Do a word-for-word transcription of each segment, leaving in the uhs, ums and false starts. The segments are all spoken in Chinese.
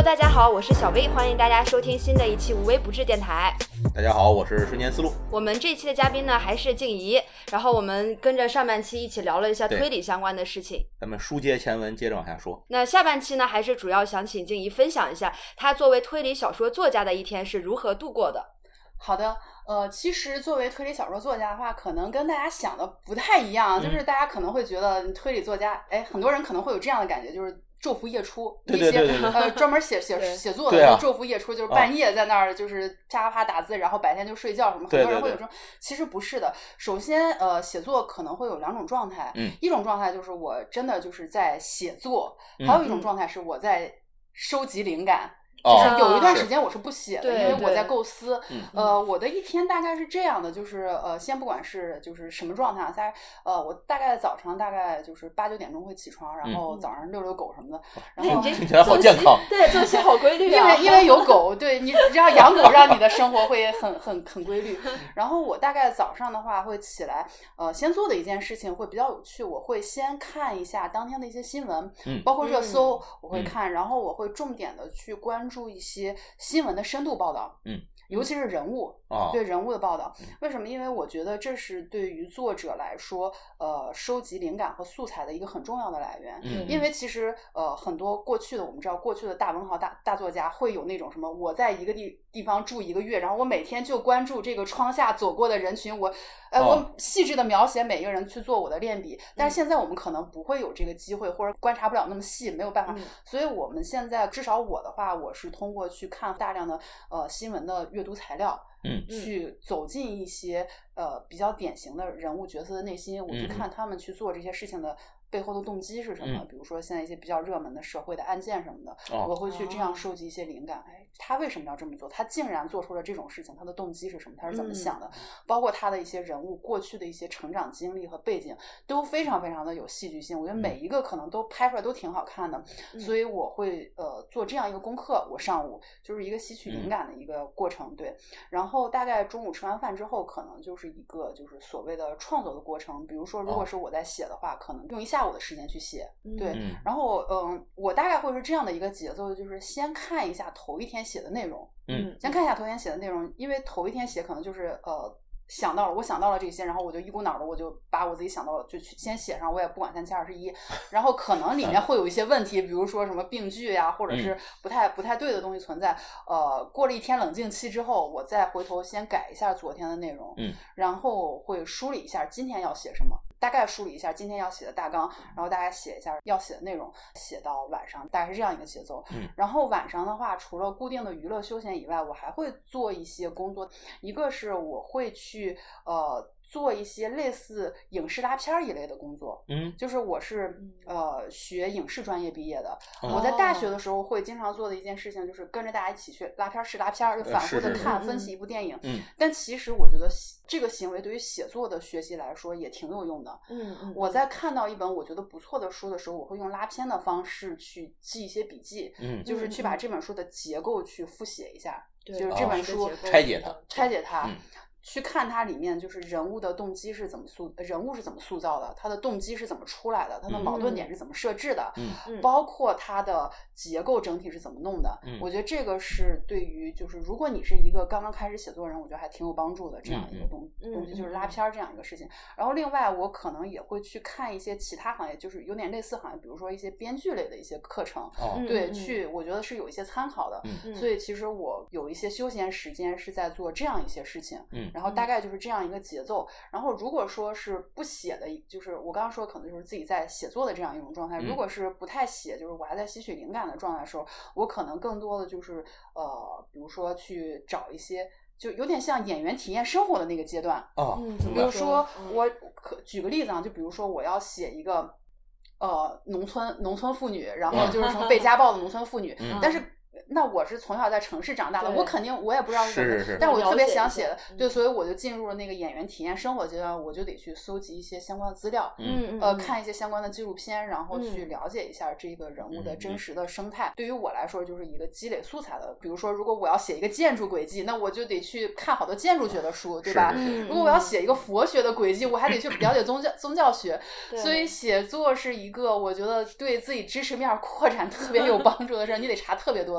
大家好，我是小薇，欢迎大家收听新的一期无微不至电台。 大家好，我是瞬间思路。 我们这期的嘉宾呢还是静怡，然后我们跟着上半期一起聊了一下推理相关的事情。 咱们书接前文，接着往下说。 那下半期呢，还是主要想请静怡分享一下她作为推理小说作家的一天是如何度过的。 好的，呃，其实作为推理小说作家的话，可能跟大家想的不太一样，嗯、就是大家可能会觉得推理作家，哎，很多人可能会有这样的感觉，就是昼伏夜出， 对对对对对，一些呃专门写写写作的， 啊、 昼伏夜出，就是半夜在那儿就是啪啪打字，然后白天就睡觉什么，很多人会有这种， 对对对其实不是的。首先，呃，写作可能会有两种状态， 嗯， 一种状态就是我真的就是在写作，嗯、还有一种状态是我在收集灵感。就是有一段时间我是不写的， 哦、 因为我在构思。 嗯、 呃，我的一天大概是这样的，就是呃，先不管是就是什么状态，在呃，我大概早上大概就是八九点钟会起床，然后早上遛遛狗什么的。 嗯、 然后听起来好健康， 对，作息好规律啊。因为因为有狗，对你只要养狗，让你的生活会很很很规律。然后我大概早上的话会起来，呃，先做的一件事情会比较有趣，我会先看一下当天的一些新闻， 嗯， 包括热搜我会嗯、 看，然后我会重点的去关注一些新闻的深度报道， 嗯， 尤其是人物， 哦、 对人物的报道。为什么？因为我觉得这是对于作者来说，呃，收集灵感和素材的一个很重要的来源。 嗯， 因为其实呃，很多过去的我们知道，过去的大文豪、大大作家会有那种什么，我在一个地地方住一个月，然后我每天就关注这个窗下走过的人群，我呃， 哦、 我细致的描写每一个人去做我的练笔。但是现在我们可能不会有这个机会，或者观察不了那么细，没有办法。 嗯、 所以我们现在至少我的话，我是通过去看大量的呃新闻的阅读材料。 嗯， 去走进一些呃比较典型的人物角色的内心，我去看他们去做这些事情的背后的动机是什么。 嗯、 比如说现在一些比较热门的社会的案件什么的， 哦、 我会去这样收集一些灵感。哎，他为什么要这么做？他竟然做出了这种事情，他的动机是什么？他是怎么想的？ 嗯、 包括他的一些人物过去的一些成长经历和背景，都非常非常的有戏剧性。我觉得每一个可能都拍出来都挺好看的， 嗯、 所以我会呃做这样一个功课。我上午就是一个吸取灵感的一个过程， 嗯、 对。然后大概中午吃完饭之后，可能就是一个就是所谓的创作的过程。比如说，如果是我在写的话，哦、可能用一下午的时间去写，对。 嗯、 然后嗯，我大概会是这样的一个节奏，就是先看一下头一天写的内容， 嗯， 先看一下头一天写的内容，因为头一天写可能就是呃。想到了，我想到了这些，然后我就一股脑的，我就把我自己想到了就去先写上，我也不管三七二十一。然后可能里面会有一些问题，比如说什么病句呀，或者是不太不太对的东西存在。呃，过了一天冷静期之后，我再回头先改一下昨天的内容， 嗯， 然后会梳理一下今天要写什么。大概梳理一下今天要写的大纲，然后大概写一下要写的内容，写到晚上，大概是这样一个节奏。 嗯， 然后晚上的话，除了固定的娱乐休闲以外，我还会做一些工作。一个是我会去呃做一些类似影视拉片一类的工作。 嗯， 就是我是呃学影视专业毕业的， 哦、 我在大学的时候会经常做的一件事情就是跟着大家一起去拉片试拉片，就反复的看分析一部电影。 嗯， 但其实我觉得这个行为对于写作的学习来说也挺有用的。 嗯嗯， 我在看到一本我觉得不错的书的时候，我会用拉片的方式去记一些笔记， 嗯， 就是去把这本书的结构去复写一下， 对， 就是这本书、 哦、拆解它， 拆解它。 嗯， 去看它里面就是人物的动机是怎么塑，人物是怎么塑造的，他的动机是怎么出来的，他的矛盾点是怎么设置的， 嗯， 包括它的结构整体是怎么弄的。 嗯， 我觉得这个是对于就是如果你是一个刚刚开始写作人，我觉得还挺有帮助的这样一个东、 嗯、 东西，就是拉片这样一个事情。然后另外我可能也会去看一些其他行业，就是有点类似行业，比如说一些编剧类的一些课程， 哦、 对， 嗯、 去我觉得是有一些参考的。 嗯， 所以其实我有一些休闲时间是在做这样一些事情。 嗯， 然后大概就是这样一个节奏。然后如果说是不写的，就是我刚刚说可能就是自己在写作的这样一种状态。 嗯、 如果是不太写，就是我还在吸取灵感的状态的时候，我可能更多的就是呃，比如说去找一些。就有点像演员体验生活的那个阶段哦， 嗯， 比如说我可举个例子啊，就比如说我要写一个呃农村农村妇女，然后就是什么被家暴的农村妇女， 嗯、 但是那我是从小在城市长大的，我肯定我也不知道是什么， 是是是， 但我特别想写的，对，所以我就进入了那个演员体验生活阶段，我就得去搜集一些相关的资料， 嗯呃，看一些相关的纪录片，然后去嗯了解一下这个人物的真实的生态。 嗯、 对于我来说，就是一个积累素材的。比如说，如果我要写一个建筑轨迹，那我就得去看好多建筑学的书，对吧？ 是是是如果我要写一个佛学的轨迹，我还得去了解宗教宗教学。所以写作是一个我觉得对自己知识面扩展特别有帮助的事儿，你得查特别多的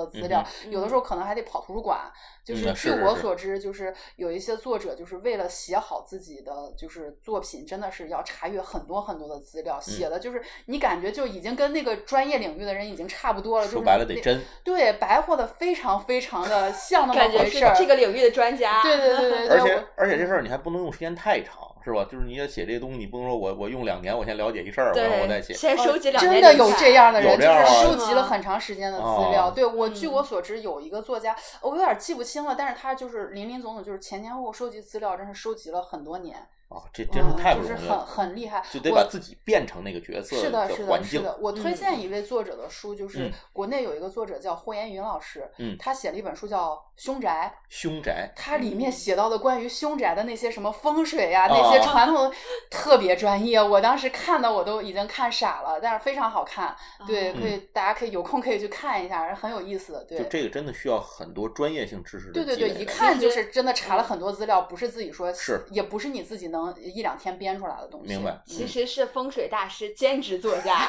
的资料， 嗯、 有的时候可能还得跑图书馆。就是据我所知，就是有一些作者就是为了写好自己的就是作品，真的是要查阅很多很多的资料，写的就是你感觉就已经跟那个专业领域的人已经差不多了， 说白了得真， 对，白活的非常非常的像那么回事儿，这个领域的专家。 对对对对对， 而且而且这事儿你还不能用时间太长。是吧？就是你要写这些东西，你不能说我我用两年，我先了解一事儿，然后我再写。 先收集两年、 呃。真的有这样的人， 样就是收集了很长时间的资料。 哦、 对我据我所知，有一个作家，我有点记不清了，但是他就是林林总总，就是前前后后收集资料，真是收集了很多年。 哦，这真是太不容易了、 嗯，就是很很厉害， 就得把自己变成那个角色是的，是的，是的。我推嗯荐一位作者的书，就是国内有一个作者叫霍延云老师， 嗯， 他写了一本书叫《凶宅》， 凶宅， 他里面写到的关于凶宅的那些什么风水呀、啊，那些传统特别专业，我当时看的我都已经看傻了，但是非常好看，对，可以、嗯、大家可以有空可以去看一下，很有意思的。对， 就这个真的需要很多专业性知识的对对对，一看就是真的查了很多资料，不是自己说， 是， 也不是你自己能一两天编出来的东西。 明白， 其实是风水大师兼职作家。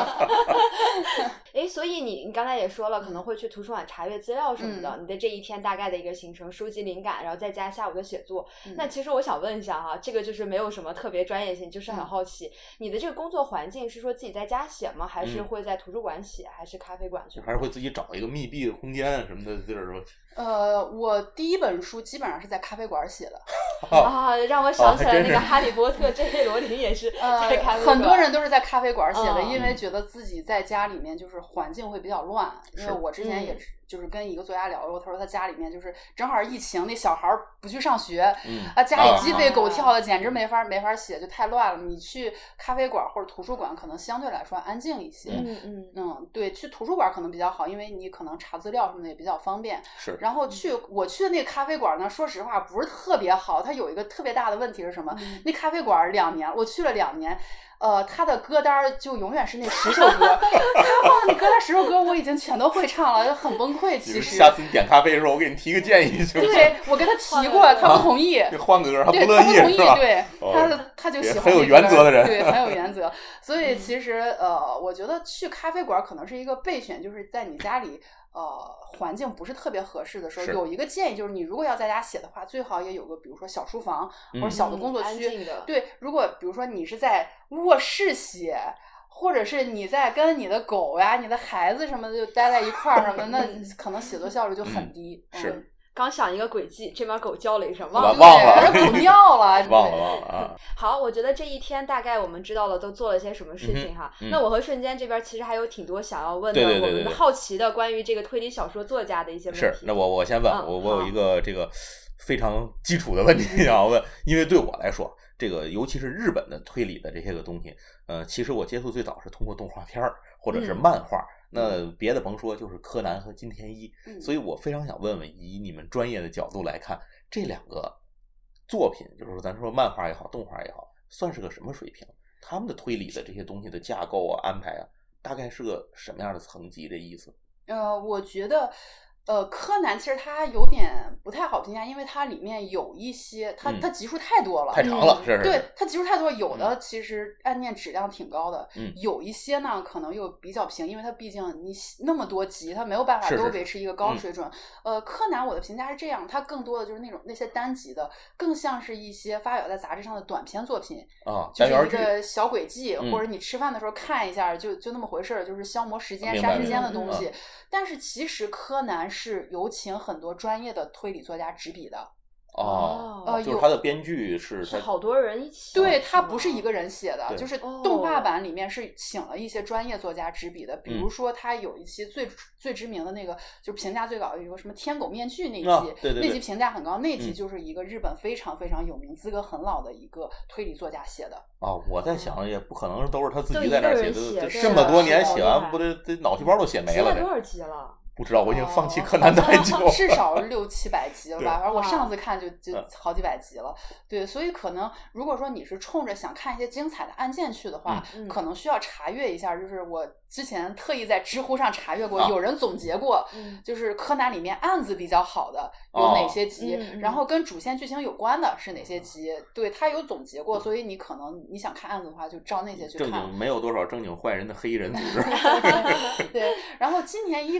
哎，所以你你刚才也说了，可能会去图书馆查阅资料什么的， 嗯、 你的这一天大概的一个行程，收集灵感，然后再加下午的写作。 嗯、 那其实我想问一下哈，这个就是没有什么特别专业性，就是很好奇， 嗯、 你的这个工作环境是说自己在家写吗？还是会在图书馆写，还是咖啡馆写？ 还是会自己找一个密闭的空间什么的地儿说？ 呃，我第一本书基本上是在咖啡馆写的。 啊，让我想起来那个《哈利波特》J K 罗琳也是在咖啡馆、 呃。很多人都是在咖啡馆写的， 嗯、 因为觉得自己在家里面就是环境会比较乱。因为我之前也就是跟一个作家聊过，他说他家里面就是正好疫情，那小孩不去上学， 嗯、 啊，家里鸡飞狗跳的，简直没法没法写，就太乱了。你去咖啡馆或者图书馆，可能相对来说安静一些。 嗯嗯嗯，对，去图书馆可能比较好，因为你可能查资料什么的也比较方便。 是。 然后去我去的那个咖啡馆呢，说实话不是特别好，它有一个特别大的问题是什么？ 嗯、 那咖啡馆两年，我去了两年。呃，他的歌单就永远是那十首歌，他放的那歌单十首歌我已经全都会唱了，就很崩溃。其实下次你点咖啡的时候，我给你提个建议就。 对，我跟他提过，他不同意。 换个歌，他不乐意， 对，他不同意， 是吧？ 对， 哦、 他他就喜欢很有原则的人， 对，很有原则。所以其实呃，我觉得去咖啡馆可能是一个备选，就是在你家里。呃，环境不是特别合适的时候，有一个建议就是，你如果要在家写的话，最好也有个比如说小书房或者小的工作区。 嗯、 对，如果比如说你是在卧室写，或者是你在跟你的狗呀、你的孩子什么的就待在一块儿什么，那可能写作效率就很低。 嗯、是。 嗯刚想一个诡计，这边狗叫了一声，忘了，忘了， 狗尿了， 忘了，忘了啊！ 好，我觉得这一天大概我们知道了都做了些什么事情哈。 嗯嗯、 那我和瞬间这边其实还有挺多想要问的， 对对对对对我们好奇的关于这个推理小说作家的一些问题。 是，那我我先问， 嗯、 我我有一个这个非常基础的问题想要问，因为对我来说，这个尤其是日本的推理的这些个东西，呃，其实我接触最早是通过动画片或者是漫画。嗯那别的甭说，就是柯南和金田一， 嗯、 所以我非常想问问，以你们专业的角度来看，这两个作品，就是说咱说漫画也好，动画也好，算是个什么水平？他们的推理的这些东西的架构啊、安排啊，大概是个什么样的层级的意思？ 呃，我觉得。呃，柯南其实它有点不太好评价，因为它里面有一些，它、 嗯、 它集数太多了， 太长了，是是。 对，它集数太多，有的其实案件质量挺高的， 嗯， 有一些呢可能又比较平，因为它毕竟你那么多集，它没有办法都维持一个高水准。 是是是呃，柯南我的评价是这样，它更多的就是那种那些单集的，更像是一些发表在杂志上的短篇作品啊， 就是一个小轨迹， 嗯、 或者你吃饭的时候看一下，就就那么回事儿，就是消磨时间、杀时间的东西。 嗯、 但是其实柯南是有请很多专业的推理作家执笔的。 哦， 呃， 就是他的编剧是是好多人一起， 对，他不是一个人写的，就是哦动画版里面是请了一些专业作家执笔的，比如说他有一期最最知名的那个，就评价最高的有一个什么天狗面具那一集， 哦、对对对那集评价很高，那集嗯就是一个日本非常非常有名、资格很老的一个推理作家写的。 哦，我在想，也不可能都是他自己在那儿写的， 写这么多年写完， 完，不得这脑细胞都写没了？ 现在多少集了？ 不知道，我已经放弃柯南太久了， 至少六七百集了吧？反正我上次看就就好几百集了。对，所以可能如果说你是冲着想看一些精彩的案件去的话， 嗯、 可能需要查阅一下。就是我之前特意在知乎上查阅过， 啊、 有人总结过， 嗯、 就是柯南里面案子比较好的有哪些集， 哦嗯、 然后跟主线剧情有关的是哪些集。对，他有总结过，所以你可能你想看案子的话，就照那些去看。 正经没有多少正经坏人的黑衣人组织。 对，然后金田一可能他。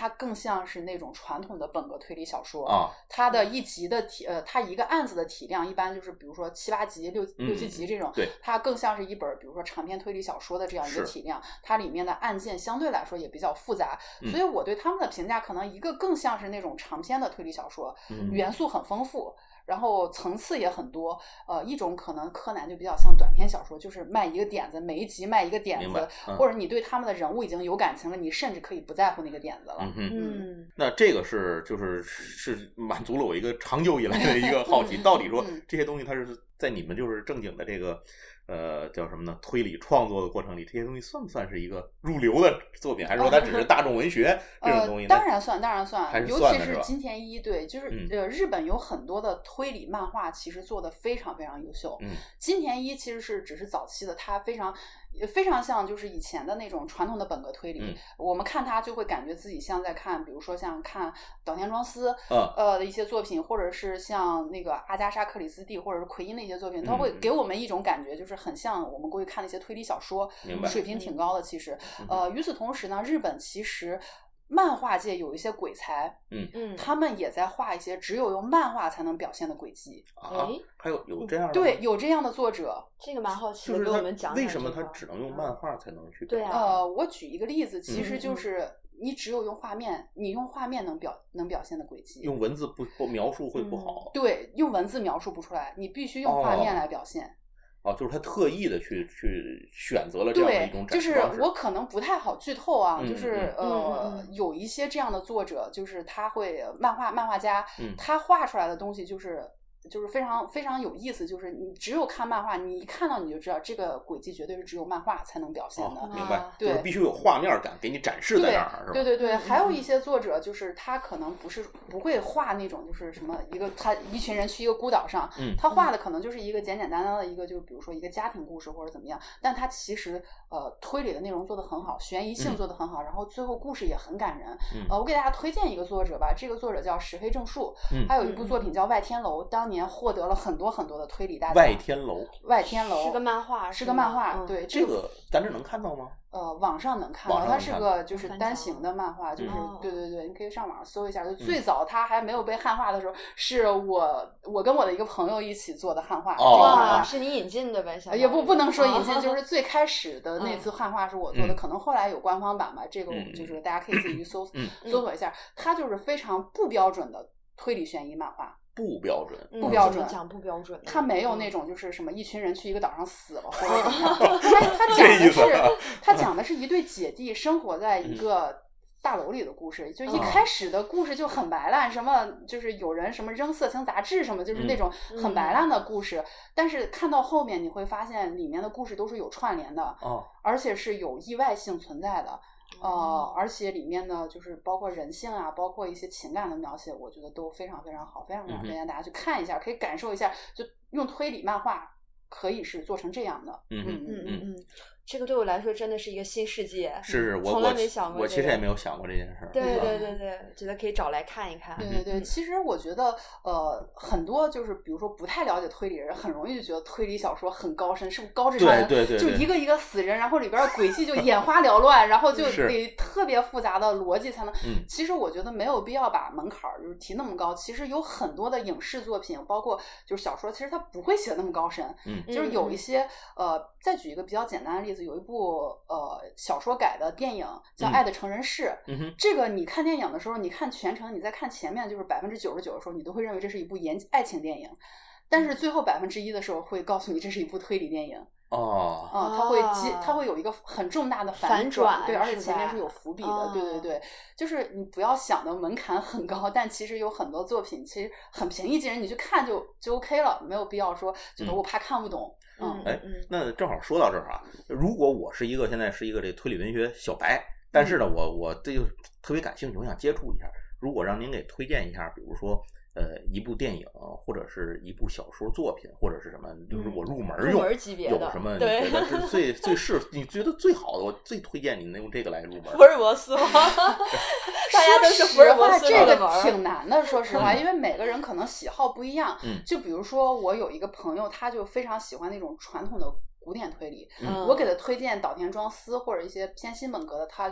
它更像是那种传统的本格推理小说啊， 它的一集的体呃，它一个案子的体量一般就是比如说七八集、六嗯六七集这种， 对， 它更像是一本比如说长篇推理小说的这样一个体量，它里面的案件相对来说也比较复杂， 嗯、 所以我对他们的评价可能一个更像是那种长篇的推理小说， 嗯、 元素很丰富。然后层次也很多，呃，一种可能柯南就比较像短篇小说，就是卖一个点子，每一集卖一个点子， 嗯、 或者你对他们的人物已经有感情了，你甚至可以不在乎那个点子了。 嗯哼嗯， 那这个是就是是满足了我一个长久以来的一个好奇，到底说这些东西它是在你们就是正经的这个呃叫什么呢？推理创作的过程里，这些东西算不算是一个入流的作品，还是说它只是大众文学这种东西？ 呃、当然算，当然算， 还是尤算的其是金田一，对，就是、 嗯、 呃，日本有很多的推理漫画，其实做的非常非常优秀。 嗯， 金田一其实是只是早期的，它非常非常像就是以前的那种传统的本格推理。 嗯、 我们看它就会感觉自己像在看，比如说像看岛田庄司、 嗯、 呃的一些作品，或者是像那个阿加莎克里斯蒂或者是奎因的一些作品，它会给我们一种感觉，就是很像我们过去看那些推理小说，水平挺高的。其实，呃，与此同时呢，日本其实漫画界有一些鬼才， 嗯嗯， 他们也在画一些只有用漫画才能表现的轨迹。 啊，还有有这样的？ 对，有这样的作者， 这个蛮好奇的， 给我们讲讲。 为什么他只能用漫画才能去？ 对啊， 呃，我举一个例子，其实嗯就是你只有用画面，你用画面能表能表现的轨迹， 用文字不不描述会不好。 对，用文字描述不出来，你必须用画面来表现。 哦，就是他特意的去去选择了这样的一种展示方式。就是我可能不太好剧透啊， 嗯、 就是、 嗯、 呃、 嗯， 有一些这样的作者，就是他会漫画漫画家， 嗯、 他画出来的东西就是就是非常非常有意思，就是你只有看漫画，你一看到你就知道这个轨迹绝对是只有漫画才能表现的。 哦、明白， 对， 就是必须有画面感给你展示在那儿，是吧？ 对对对，还有一些作者就是他可能不是不会画那种就是什么一个他一群人去一个孤岛上， 嗯， 他画的可能就是一个简简单单的一个，就比如说一个家庭故事或者怎么样，但他其实呃推理的内容做得很好，悬疑性做得很好， 嗯、 然后最后故事也很感人。 嗯、 呃，我给大家推荐一个作者吧，这个作者叫石黑正树， 嗯， 还有一部作品叫《外天楼》，当年获得了很多很多的推理大奖。 外天楼， 外天楼是个漫画， 是个漫画， 嗯、 对， 这个咱这能看到吗？ 呃，网上能看到，它是个就是单行的漫画，就是、 嗯、 对对对，你可以上网搜一下。就最早它还没有被汉化的时候，嗯、是我我跟我的一个朋友一起做的汉化。 哦， 哇，是你引进的呗？ 也不不能说引进，就是最开始的那次汉化是我做的， 嗯、 可能后来有官方版吧。这个就是大家可以自己去搜、嗯、搜索一下，它就是非常不标准的推理悬疑漫画。 不标准， 不标准， 讲不标准， 他没有那种就是什么一群人去一个岛上死了或者怎么样，他他讲的是他讲的是一对姐弟生活在一个大楼里的故事，就一开始的故事就很白烂，什么就是有人什么扔色情杂志什么，就是那种很白烂的故事，但是看到后面你会发现里面的故事都是有串联的，而且是有意外性存在的。呃，而且里面呢，就是包括人性啊，包括一些情感的描写，我觉得都非常非常好，非常非常推荐大家去看一下，可以感受一下，就用推理漫画可以是做成这样的。 嗯嗯嗯嗯嗯，这个对我来说真的是一个新世界， 是我从来没想过、 这个，我其实也没有想过这件事儿。 对对对对，觉得可以找来看一看。 对对对， 嗯、 其实我觉得呃，很多就是比如说不太了解推理人，很容易就觉得推理小说很高深，是不是高智商？ 对对 对, 对， 就一个一个死人，然后里边的轨迹就眼花缭乱，然后就得特别复杂的逻辑才能。 嗯， 其实我觉得没有必要把门槛就是提那么高。其实有很多的影视作品，包括就是小说，其实它不会写那么高深。 嗯， 就是有一些呃，再举一个比较简单的例子，有一部呃小说改的电影叫《爱的成人式》。 嗯哼， 这个你看电影的时候，你看全程，你再看前面就是百分之九十九的时候，你都会认为这是一部言爱情电影，但是最后百分之一的时候会告诉你这是一部推理电影。 哦， 啊、嗯，它会接，它会有一个很重大的反转，对，而且是前面是有伏笔的， 哦、 对对对，就是你不要想的门槛很高，但其实有很多作品其实很平易近人，你去看就就 OK 了，没有必要说觉得我怕看不懂。 嗯， 哎、嗯，那正好说到这儿啊，如果我是一个现在是一个这推理文学小白，但是呢，我我这就特别感兴趣，我想接触一下，如果让您给推荐一下，比如说。呃，一部电影或者是一部小说作品，或者是什么，就是我入门用， 入门级别的有什么？你觉得是最最适？你觉得最好的？我最推荐你能用这个来入门。 福尔摩斯吗？大家都是福尔摩斯这个挺难的，说实话，因为每个人可能喜好不一样。 嗯， 就比如说我有一个朋友，他就非常喜欢那种传统的古典推理， 嗯、 我给他推荐岛田庄司或者一些偏新本格的，他就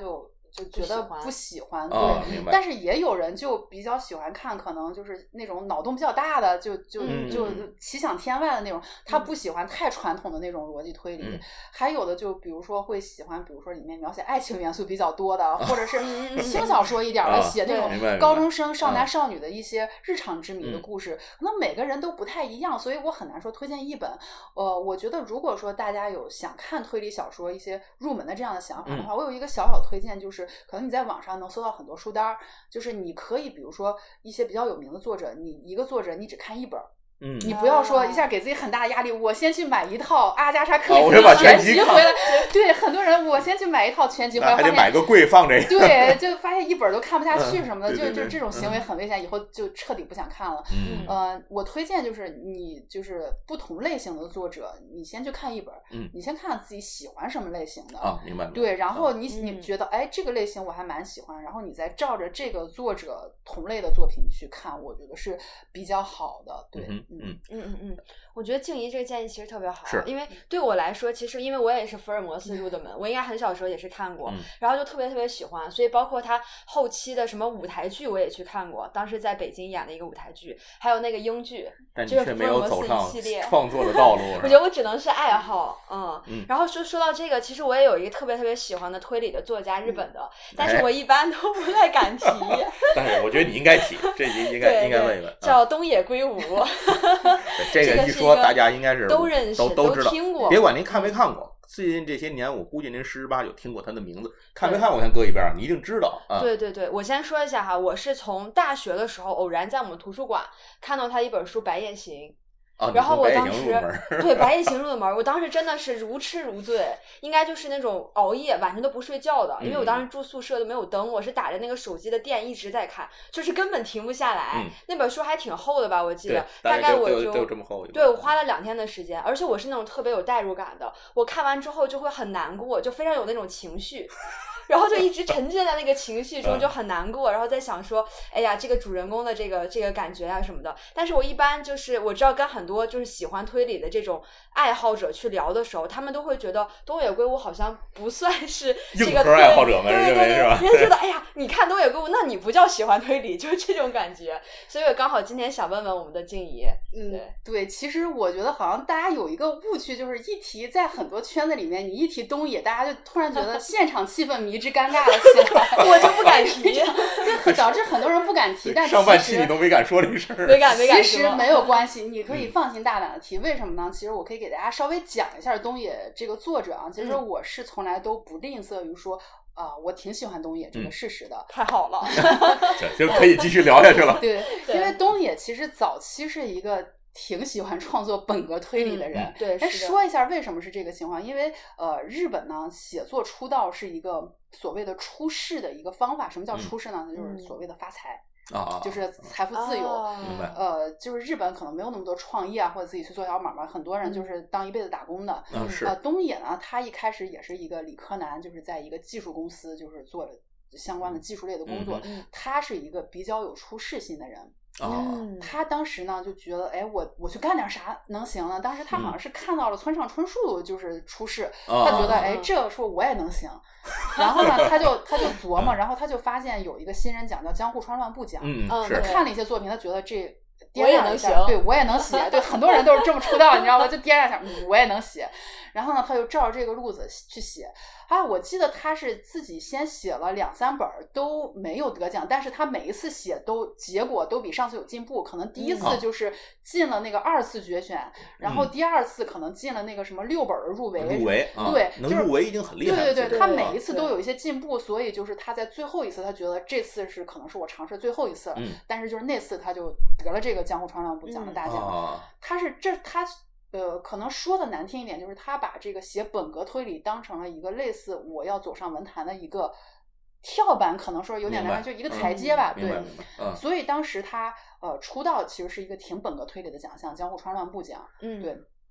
就觉得不喜欢，对、 啊，明白。 但是也有人就比较喜欢看，可能就是那种脑洞比较大的，就就、 嗯、 就奇想天外的那种，他不喜欢太传统的那种逻辑推理。嗯、还有的就比如说会喜欢，比如说里面描写爱情元素比较多的，或者是轻小说一点的，写那种高中生少男少女的一些日常之谜的故事，可能每个人都不太一样，所以我很难说推荐一本。呃，我觉得如果说大家有想看推理小说一些入门的这样的想法的话，嗯、我有一个小小推荐，就是可能你在网上能搜到很多书单，就是你可以比如说一些比较有名的作者，你一个作者你只看一本。 嗯， 你不要说一下给自己很大的压力，我先去买一套阿加莎克里斯蒂全集回来。对，很多人我先去买一套全集回来， 还得买个柜放着。 对，就发现一本都看不下去什么的， 嗯、对对对就就这种行为很危险，以后就彻底不想看了。 嗯， 呃，我推荐就是你就是不同类型的作者，你先去看一本， 嗯， 你先看自己喜欢什么类型的啊，明白。 对，然后你、 嗯、 你觉得哎这个类型我还蛮喜欢，然后你再照着这个作者同类的作品去看，我觉得是比较好的。对， 嗯嗯嗯嗯嗯。嗯，我觉得静怡这个建议其实特别好， 是因为对我来说，其实因为我也是福尔摩斯入的门，我应该很小的时候也是看过， 嗯、 然后就特别特别喜欢，所以包括他后期的什么舞台剧我也去看过，当时在北京演的一个舞台剧，还有那个英剧， 但你就是没有走上系列创作的道路。 我觉得我只能是爱好，嗯， 嗯然后说说到这个，其实我也有一个特别特别喜欢的推理的作家，日本的， 嗯、 但是我一般都不太敢提。 但是我觉得你应该提，这应该应该问一问， 叫东野圭吾。 这个一说，大家应该是都认识， 都都知道。 听过。 别管您看没看过，最近这些年，我估计您十之八九听过他的名字。看没看过先搁一边，你一定知道啊。 对对对，我先说一下哈，我是从大学的时候偶然在我们图书馆看到他一本书《白夜行》。 啊、 然后我当时对白夜行入的门，我当时真的是如痴如醉，应该就是那种熬夜晚上都不睡觉的，因为我当时住宿舍都没有灯，我是打着那个手机的电一直在看，就是根本停不下来。 嗯、 那本书还挺厚的吧，我记得大概我就就这么厚。 对，我花了两天的时间，而且我是那种特别有代入感的，我看完之后就会很难过，就非常有那种情绪。然后就一直沉浸在那个情绪中，就很难过，然后在想说，哎呀，这个主人公的这个这个感觉啊什么的。但是我一般就是我知道跟很多就是喜欢推理的这种爱好者去聊的时候，他们都会觉得东野圭吾好像不算是这个硬核爱好者们， 对对对， 是吧？ 人家觉得，哎呀，你看东野圭吾，那你不叫喜欢推理，就是这种感觉。所以我刚好今天想问问我们的静怡， 嗯， 对对，其实我觉得好像大家有一个误区，就是一提在很多圈子里面，你一提东野，大家就突然觉得现场气氛迷之尴尬了起来。 我就不敢提， 对，导致很多人不敢提。但上半期你都没敢说这事儿， 没敢没敢说。其实没有关系，你可以放心大胆的提。为什么呢？其实我可以给大家稍微讲一下东野这个作者啊。其实我是从来都不吝啬于说啊、呃，我挺喜欢东野这个事实的。 嗯、太好了， 就可以继续聊下去了。 对，因为东野其实早期是一个挺喜欢创作本格推理的人。 嗯、对， 哎，说一下为什么是这个情况？因为呃，日本呢写作出道是一个所谓的出世的一个方法。什么叫出世呢？ 嗯、 就是所谓的发财。 啊， 就是财富自由， 明白？ 呃，就是日本可能没有那么多创业啊，或者自己去做小买卖，很多人就是当一辈子打工的。 嗯，是。 呃，东野呢，他一开始也是一个理科男，就是在一个技术公司，就是做相关的技术类的工作。 嗯、 他是一个比较有出世心的人。 嗯， 他当时呢就觉得，哎，我我去干点啥能行呢？当时他好像是看到了村上春树就是出世， 嗯、 他觉得，哎，这个说我也能行。然后呢，他就他就琢磨，然后他就发现有一个新人奖叫江户川乱步奖。 嗯， 他看了一些作品，他觉得这我也能写， 对我也能写，对，很多人都是这么出道，你知道吗？就掂量想，嗯，我也能写。然后呢，他就照着这个路子去写。啊，我记得他是自己先写了两三本都没有得奖，但是他每一次写都结果都比上次有进步。可能第一次就是进了那个二次决选，嗯、然后第二次可能进了那个什么六本的入围。 入围， 对， 啊、能入围已经很厉害了。 对对对，他每一次都有一些进步，所以就是他在最后一次，他觉得这次是可能是我尝试最后一次了。 嗯， 但是就是那次他就得了这个江户川乱步奖的大奖。 嗯啊、 他是这他。呃，可能说的难听一点，就是他把这个写本格推理当成了一个类似我要走上文坛的一个跳板，可能说有点难，就一个台阶吧。 嗯、 对， 嗯、 所以当时他呃出道其实是一个挺本格推理的奖项，江户川乱步奖。 嗯， 对。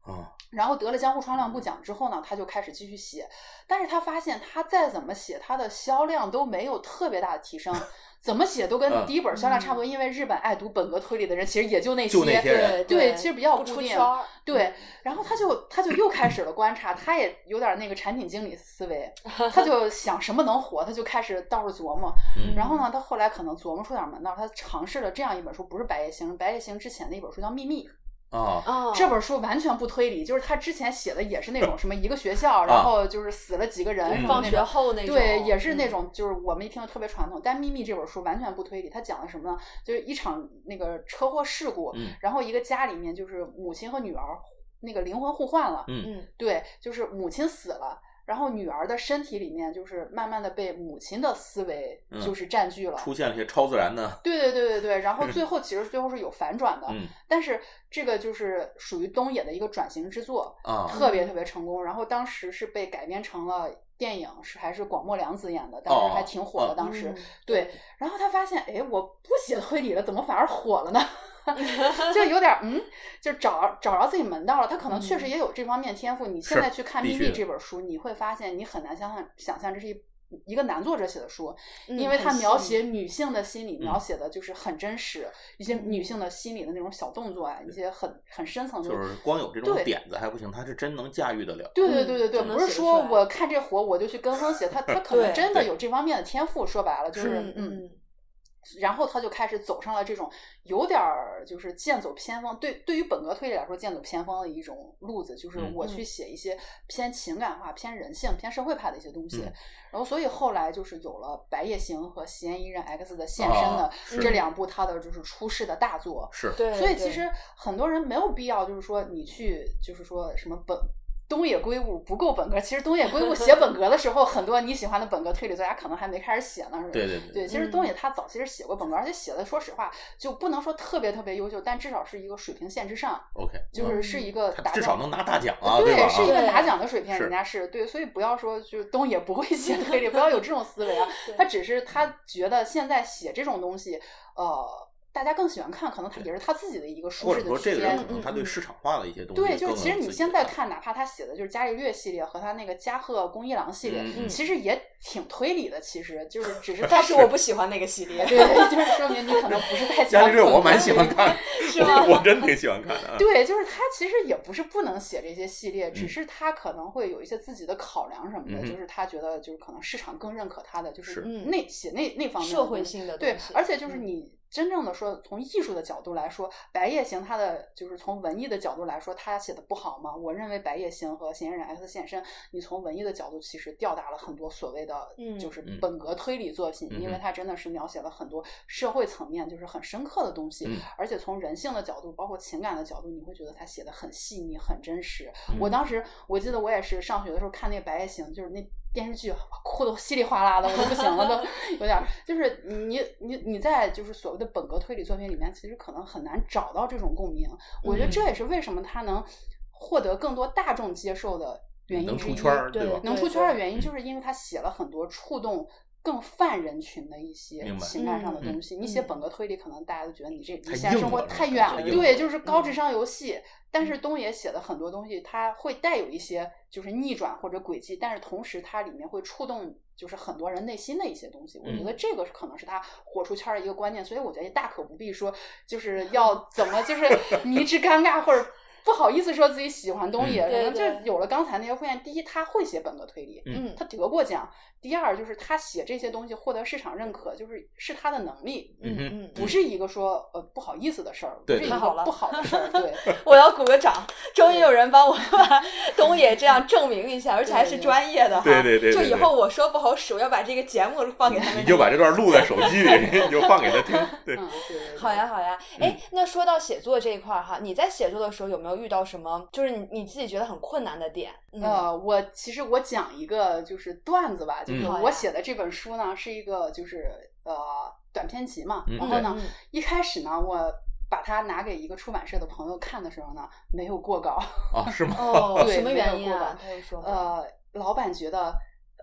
啊。 然后得了江户川乱步奖之后呢，他就开始继续写，但是他发现他再怎么写，他的销量都没有特别大的提升，怎么写都跟第一本销量差不多，嗯、因为日本爱读本格推理的人其实也就那些， 就那些人， 对，其实比较固定，对。 嗯、 然后他就他就又开始了观察，他也有点那个产品经理思维，他就想什么能火，他就开始到处琢磨。 嗯、 然后呢，他后来可能琢磨出点门道，他尝试了这样一本书，不是《白夜行》，《白夜行》之前的一本书叫《秘密》。 啊、 哦， 这本书完全不推理，就是他之前写的也是那种什么一个学校，然后就是死了几个人， 嗯、放学后那种， 对，也是那种就是我们一听特别传统。但《秘密》这本书完全不推理，他讲的什么呢？就是一场那个车祸事故， 嗯、 然后一个家里面就是母亲和女儿那个灵魂互换了， 嗯， 对，就是母亲死了。然后女儿的身体里面就是慢慢的被母亲的思维就是占据了， 嗯、出现了一些超自然的， 对对对对对，然后最后其实最后是有反转的， 嗯、 但是这个就是属于东野的一个转型之作， 啊， 特别特别成功。然后当时是被改编成了电影，是还是广末凉子演的，当时还挺火的。 哦、 当时、 嗯、 对，然后他发现，哎，我不写推理了，怎么反而火了呢？就有点嗯，就找找着自己门道了。他可能确实也有这方面天赋。你现在去看《秘密》这本书，你会发现你很难想象想象这是一一个男作者写的书， 嗯、 因为他描写女性的心理， 嗯、 描写的就是很真实，一些女性的心理的那种小动作啊，一些很很深层次。 就是光有这种点子还不行，他是真能驾驭得了。 对对对对对，嗯、不是说我看这活我就去跟风写，他他可能真的有这方面的天赋。说白了就是嗯。嗯然后他就开始走上了这种有点儿就是剑走偏锋，对对于本格推理来说剑走偏锋的一种路子，就是我去写一些偏情感化、偏人性、偏社会派的一些东西。 嗯、 然后所以后来就是有了《白夜行》和《嫌疑人 X 的现身》的、 啊、 这两部他的就是出世的大作。 是， 对。 所以其实很多人没有必要就是说你去就是说什么本。东野圭吾不够本格，其实东野圭吾写本格的时候，很多你喜欢的本格推理作家可能还没开始写呢，是吧？ 对对对。 对，其实东野他早期是写过本格，而且写的说实话就不能说特别特别优秀，但至少是一个水平线之上。 OK， 就是是一个至少能拿大奖啊， 对， 对吧？ 是一个拿奖的水平， 是人家是对，所以不要说就是东野不会写推理，不要有这种思维啊。他只是他觉得现在写这种东西，呃。大家更喜欢看，可能他也是他自己的一个舒适的体验。 或者说，这个人可能他对市场化的一些东西、嗯、 对，就是其实你现在看，哪怕他写的就是伽利略系列和他那个加贺恭一郎系列， 嗯、 其实也挺推理的。其实就是只是， 但是我不喜欢那个系列。 对对，就是说明你可能不是太喜欢。 伽利略我蛮喜欢看， 是吗？ 我真挺喜欢看的。 对，就是他其实也不是不能写这些系列，只是他可能会有一些自己的考量什么的， 嗯、 就是他觉得就是可能市场更认可他的，就是是那写那那方面社会性的对，而且就是你。真正的说，从艺术的角度来说，《白夜行》它的就是从文艺的角度来说，它写的不好吗？我认为《白夜行》和《嫌疑人 X 现身》，你从文艺的角度其实吊打了很多所谓的就是本格推理作品， 嗯、 因为它真的是描写了很多社会层面就是很深刻的东西， 嗯、 而且从人性的角度，包括情感的角度，你会觉得它写的很细腻、很真实。 嗯、 我当时我记得我也是上学的时候看那个《白夜行》，就是那。电视剧哭得稀里哗啦的，我都不行了，都有点就是你你你在就是所谓的本格推理作品里面，其实可能很难找到这种共鸣。我觉得这也是为什么它能获得更多大众接受的原因之一。 能出圈，对吧？ 能出圈的原因就是因为他写了很多触动更泛人群的一些情感上的东西。你写本格推理，可能大家都觉得你这离现实生活太远了，对，就是高智商游戏。嗯、但是东野写的很多东西，它会带有一些就是逆转或者轨迹，但是同时它里面会触动就是很多人内心的一些东西。我觉得这个可能是他火出圈的一个关键，所以我觉得大可不必说就是要怎么就是迷之尴尬或者。不好意思说自己喜欢东野，可能就有了刚才那些会员。第一，他会写本格推理， 嗯， 他得过奖；第二，就是他写这些东西获得市场认可，就是是他的能力， 嗯嗯， 不是一个说呃不好意思的事儿， 对， 不是一个不好的事儿。对， 我要鼓个掌，终于有人帮我把东野这样证明一下，而且还是专业的哈。 对对对， 就以后我说不好使，我要把这个节目放给他们， 你就把这段录在手机里，你就放给他听。对， 嗯，对， 好呀好呀。哎，那说到写作这一块哈，你在写作的时候有没有遇到什么？就是你你自己觉得很困难的点。 嗯、呃，我其实我讲一个就是段子吧，就是我写的这本书呢、嗯、是一个就是呃短篇集嘛， 嗯、 然后呢、 嗯、 一开始呢我把它拿给一个出版社的朋友看的时候呢，没有过稿。 啊，是吗？ 哦， 对， 什么原因啊？他又说呃，老板觉得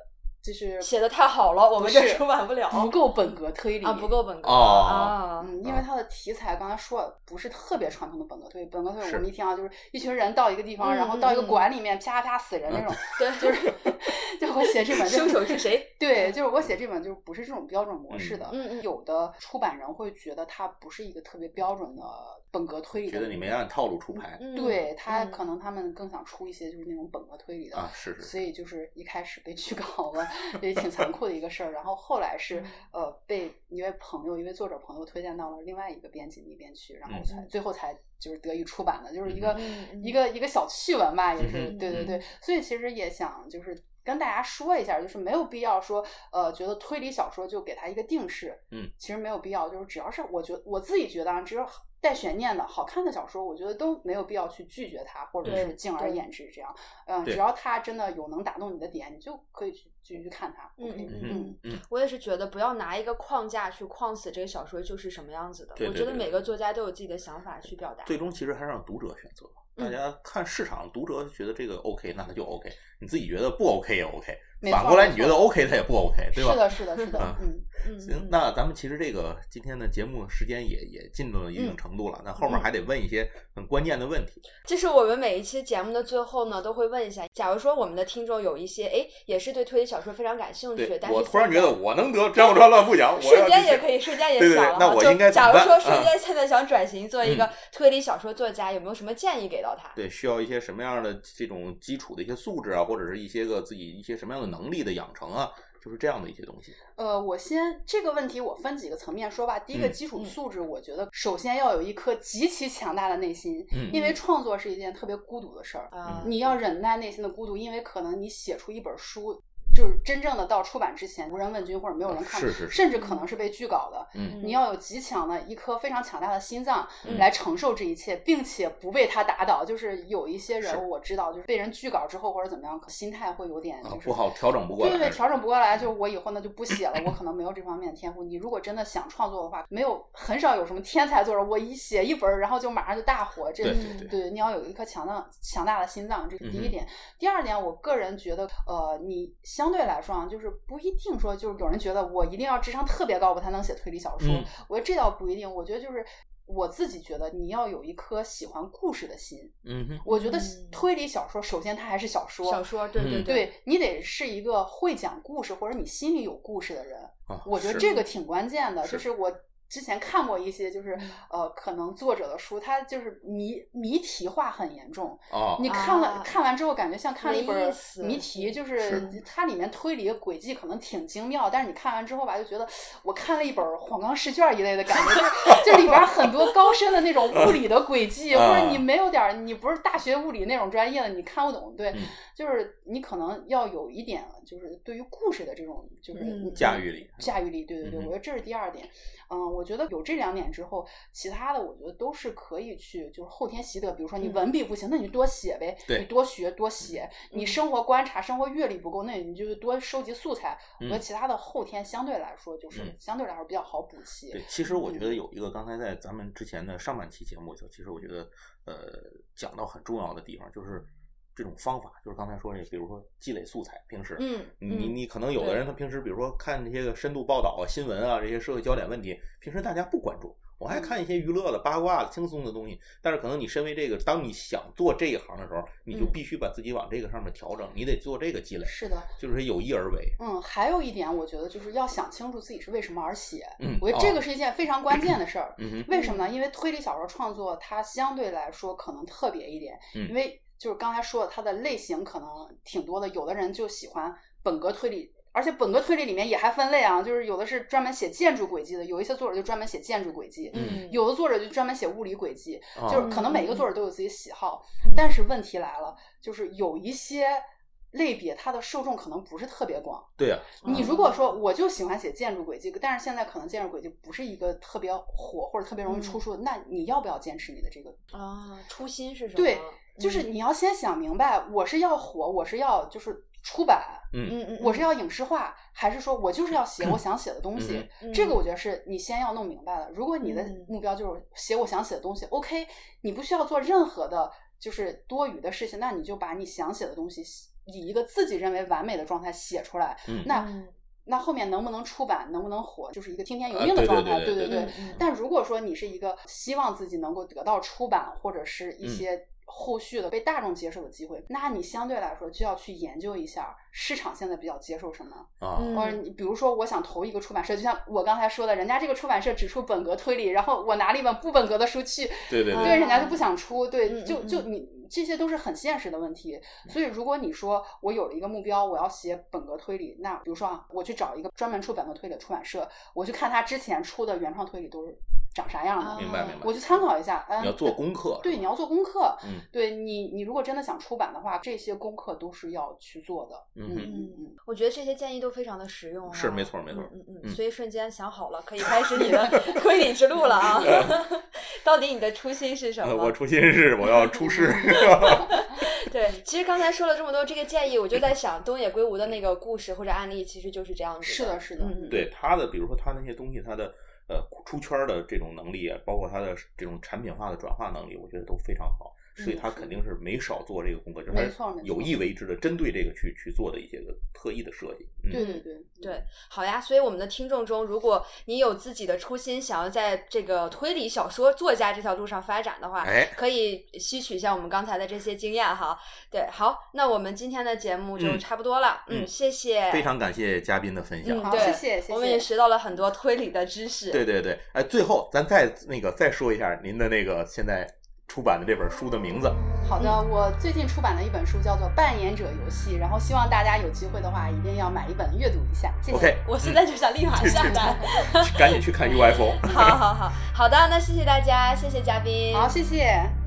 就是写的太好了，我们这出版不了， 不够本格推理啊，不够本格哦啊， 嗯，因为它的题材刚才说了不是特别传统的本格推理，本格推理是我们一听啊，就是一群人到一个地方， 嗯然后到一个嗯馆里面啪啪死人那种， 对， 就是就我写这本凶手是谁？ 对，就是我写这本就不是这种标准模式的， 嗯嗯， 有的出版人会觉得它不是一个特别标准的本格推理的， 觉得你没按套路出牌， 嗯对他嗯可能他们更想出一些就是那种本格推理的啊是是所以就是一开始被拒稿了，也挺残酷的一个事儿。然后后来是、 嗯、 呃被一位朋友，一位作者朋友推荐到了另外一个编辑那边去，然后才、 嗯、 最后才就是得以出版的，就是一个、 嗯、 一个一个小趣闻吧，也是、 嗯、 对对对。所以其实也想就是跟大家说一下，就是没有必要说呃觉得推理小说就给它一个定式， 嗯， 其实没有必要，就是只要是我觉得我自己觉得啊，只有带悬念的好看的小说，我觉得都没有必要去拒绝它，或者是敬而远之这样。嗯，只要它真的有能打动你的点，你就可以去继续去看它。 嗯 OK， 嗯嗯， 我也是觉得不要拿一个框架去框死这个小说就是什么样子的。 对对对对， 我觉得每个作家都有自己的想法去表达。 最终其实还是让读者选择。大家看市场，读者觉得这个 OK， 那他就 OK。你自己觉得不 OK 也 OK， 反过来你觉得 OK， 他也不 OK， 对吧？ 是的，是的，是的。嗯嗯。 行，那咱们其实这个今天的节目时间也也进到了一定程度了，那、嗯、后面还得问一些很关键的问题。 这是我们每一期节目的最后呢，都会问一下，假如说我们的听众有一些哎也是对推理小说非常感兴趣，但是我突然觉得我能得张不乱不讲， 瞬间也可以，瞬间也想了。 对对对，那我应该假如说瞬间现在想转型做一个推理小说作家， 嗯、 有没有什么建议给到他？ 对，需要一些什么样的这种基础的一些素质啊，或者是一些个自己一些什么样的能力的养成啊，就是这样的一些东西。 呃，我先这个问题我分几个层面说吧。第一个基础素质，我觉得首先要有一颗极其强大的内心， 嗯、 因为创作是一件特别孤独的事儿， 嗯、 你要忍耐内心的孤独，因为可能你写出一本书。就是真正的到出版之前无人问津或者没有人看， 是是是， 甚至可能是被拒稿的。 嗯， 你要有极强的一颗非常强大的心脏来承受这一切，嗯、并且不被他打倒。就是有一些人我知道，就是被人拒稿之后或者怎么样，心态会有点就是、 啊、不好调整不过来。 对对对，调整不过来，就是我以后呢就不写了，我可能没有这方面的天赋。你如果真的想创作的话，没有很少有什么天才作者，我一写一本然后就马上就大火。这对对对, 对，你要有一颗强大强大的心脏，这是第一点。嗯、第二点，我个人觉得，呃，你相对来说啊，就是。就是不一定说，就是有人觉得我一定要智商特别高我才能写推理小说， 嗯、 我觉得这倒不一定。我觉得就是我自己觉得你要有一颗喜欢故事的心。 嗯哼， 我觉得推理小说首先它还是小说， 小说对对对， 对你得是一个会讲故事或者你心里有故事的人。 啊、 我觉得这个挺关键的， 是就是我。之前看过一些，就是呃，可能作者的书，它就是谜谜题化很严重。 哦， 你看了、 啊、 看完之后，感觉像看了一本谜题，就是是它里面推理的轨迹可能挺精妙，但是你看完之后吧，就觉得我看了一本黄冈试卷一类的感觉，就是就里边很多高深的那种物理的轨迹，或者你没有点，你不是大学物理那种专业的，你看不懂。对， 嗯、 就是你可能要有一点，就是对于故事的这种就是驾驭力， 驾驭力，对对对， 嗯、 我觉得这是第二点。嗯，我觉得有这两点之后，其他的我觉得都是可以去，就是后天习得。比如说你文笔不行，嗯、那你多写呗，你多学多写。 嗯、 你生活观察、生活阅历不够，那你就多收集素材。 嗯、 我觉得其他的后天相对来说就是、嗯、相对来说比较好补齐。 对，其实我觉得有一个刚才在咱们之前的上半期节目里头，其实我觉得呃讲到很重要的地方就是。这种方法就是刚才说的，比如说积累素材，平时， 嗯， 你你可能有的人他平时比如说看这些个深度报道啊、新闻啊这些社会焦点问题，平时大家不关注，我还看一些娱乐的、八卦的、轻松的东西。但是可能你身为这个，当你想做这一行的时候，你就必须把自己往这个上面调整，你得做这个积累。 是的， 就是有意而为。 嗯，还有一点，我觉得就是要想清楚自己是为什么而写。 嗯， 我觉得这个是一件非常关键的事儿。 嗯哼， 为什么呢？因为推理小说创作它相对来说可能特别一点， 嗯、 因为。就是刚才说的，它的类型可能挺多的。有的人就喜欢本格推理，而且本格推理里面也还分类啊，就是有的是专门写建筑轨迹的，有一些作者就专门写建筑轨迹， 嗯， 有的作者就专门写物理轨迹， 哦、 就是可能每个作者都有自己喜好。 嗯、 但是问题来了，就是有一些类别它的受众可能不是特别广。 对呀、 啊，你如果说我就喜欢写建筑轨迹，但是现在可能建筑轨迹不是一个特别火或者特别容易出书，嗯、那你要不要坚持你的这个啊？初心是什么？ 对。就是你要先想明白，我是要火，我是要就是出版， 嗯嗯， 我是要影视化，还是说我就是要写我想写的东西？ 嗯、 这个我觉得是你先要弄明白了。如果你的目标就是写我想写的东西、嗯、，OK， 你不需要做任何的，就是多余的事情，那你就把你想写的东西以一个自己认为完美的状态写出来， 嗯、 那。 嗯那后面能不能出版，能不能火，就是一个听天由命的状态。 呃、对对对对对。 但如果说你是一个希望自己能够得到出版或者是一些后续的被大众接受的机会，嗯、那你相对来说就要去研究一下市场现在比较接受什么啊。 或者你比如说，我想投一个出版社，就像我刚才说的，人家这个出版社只出本格推理，然后我拿了一本不本格的书去， 对对对， 对人家就不想出，对， 嗯、 就就你。这些都是很现实的问题，所以如果你说我有了一个目标，我要写本格推理，那比如说啊，我去找一个专门出本格推理的出版社，我去看他之前出的原创推理都是长啥样的， 明白明白， 我去参考一下。嗯， 你要做功课， 对，你要做功课。 嗯， 对你，你如果真的想出版的话，这些功课都是要去做的。 嗯嗯嗯嗯， 我觉得这些建议都非常的实用、啊。 是，没错没错。 嗯嗯嗯，所以瞬间想好了，可以开始你的推理之路了啊！到底你的初心是什么？ 我初心是我要出师。 对，其实刚才说了这么多这个建议，我就在想东野圭吾的那个故事或者案例，其实就是这样子的。 是的，是的。 嗯， 对他的，比如说他那些东西，他的呃出圈的这种能力，包括他的这种产品化的转化能力，我觉得都非常好。所以他肯定是没少做这个功课， 没错， 有意为之的，针对这个去去做的一些个特意的设计。 嗯、对对对对，好呀。所以我们的听众中，如果你有自己的初心，想要在这个推理小说作家这条路上发展的话， 哎， 可以吸取一下我们刚才的这些经验哈。对，好，那我们今天的节目就差不多了。嗯，嗯谢谢， 非常感谢嘉宾的分享。 嗯、 好，谢谢，谢谢。 我们也学到了很多推理的知识。 对对对，哎，最后咱再那个再说一下您的那个现在出版的这本书的名字。 好的，我最近出版的一本书叫做《扮演者游戏》，然后希望大家有机会的话一定要买一本阅读一下。谢谢。 OK， 我现在就想立马下单， 赶紧去看 U F O。 好好好好的，那谢谢大家，谢谢嘉宾。 好，谢谢。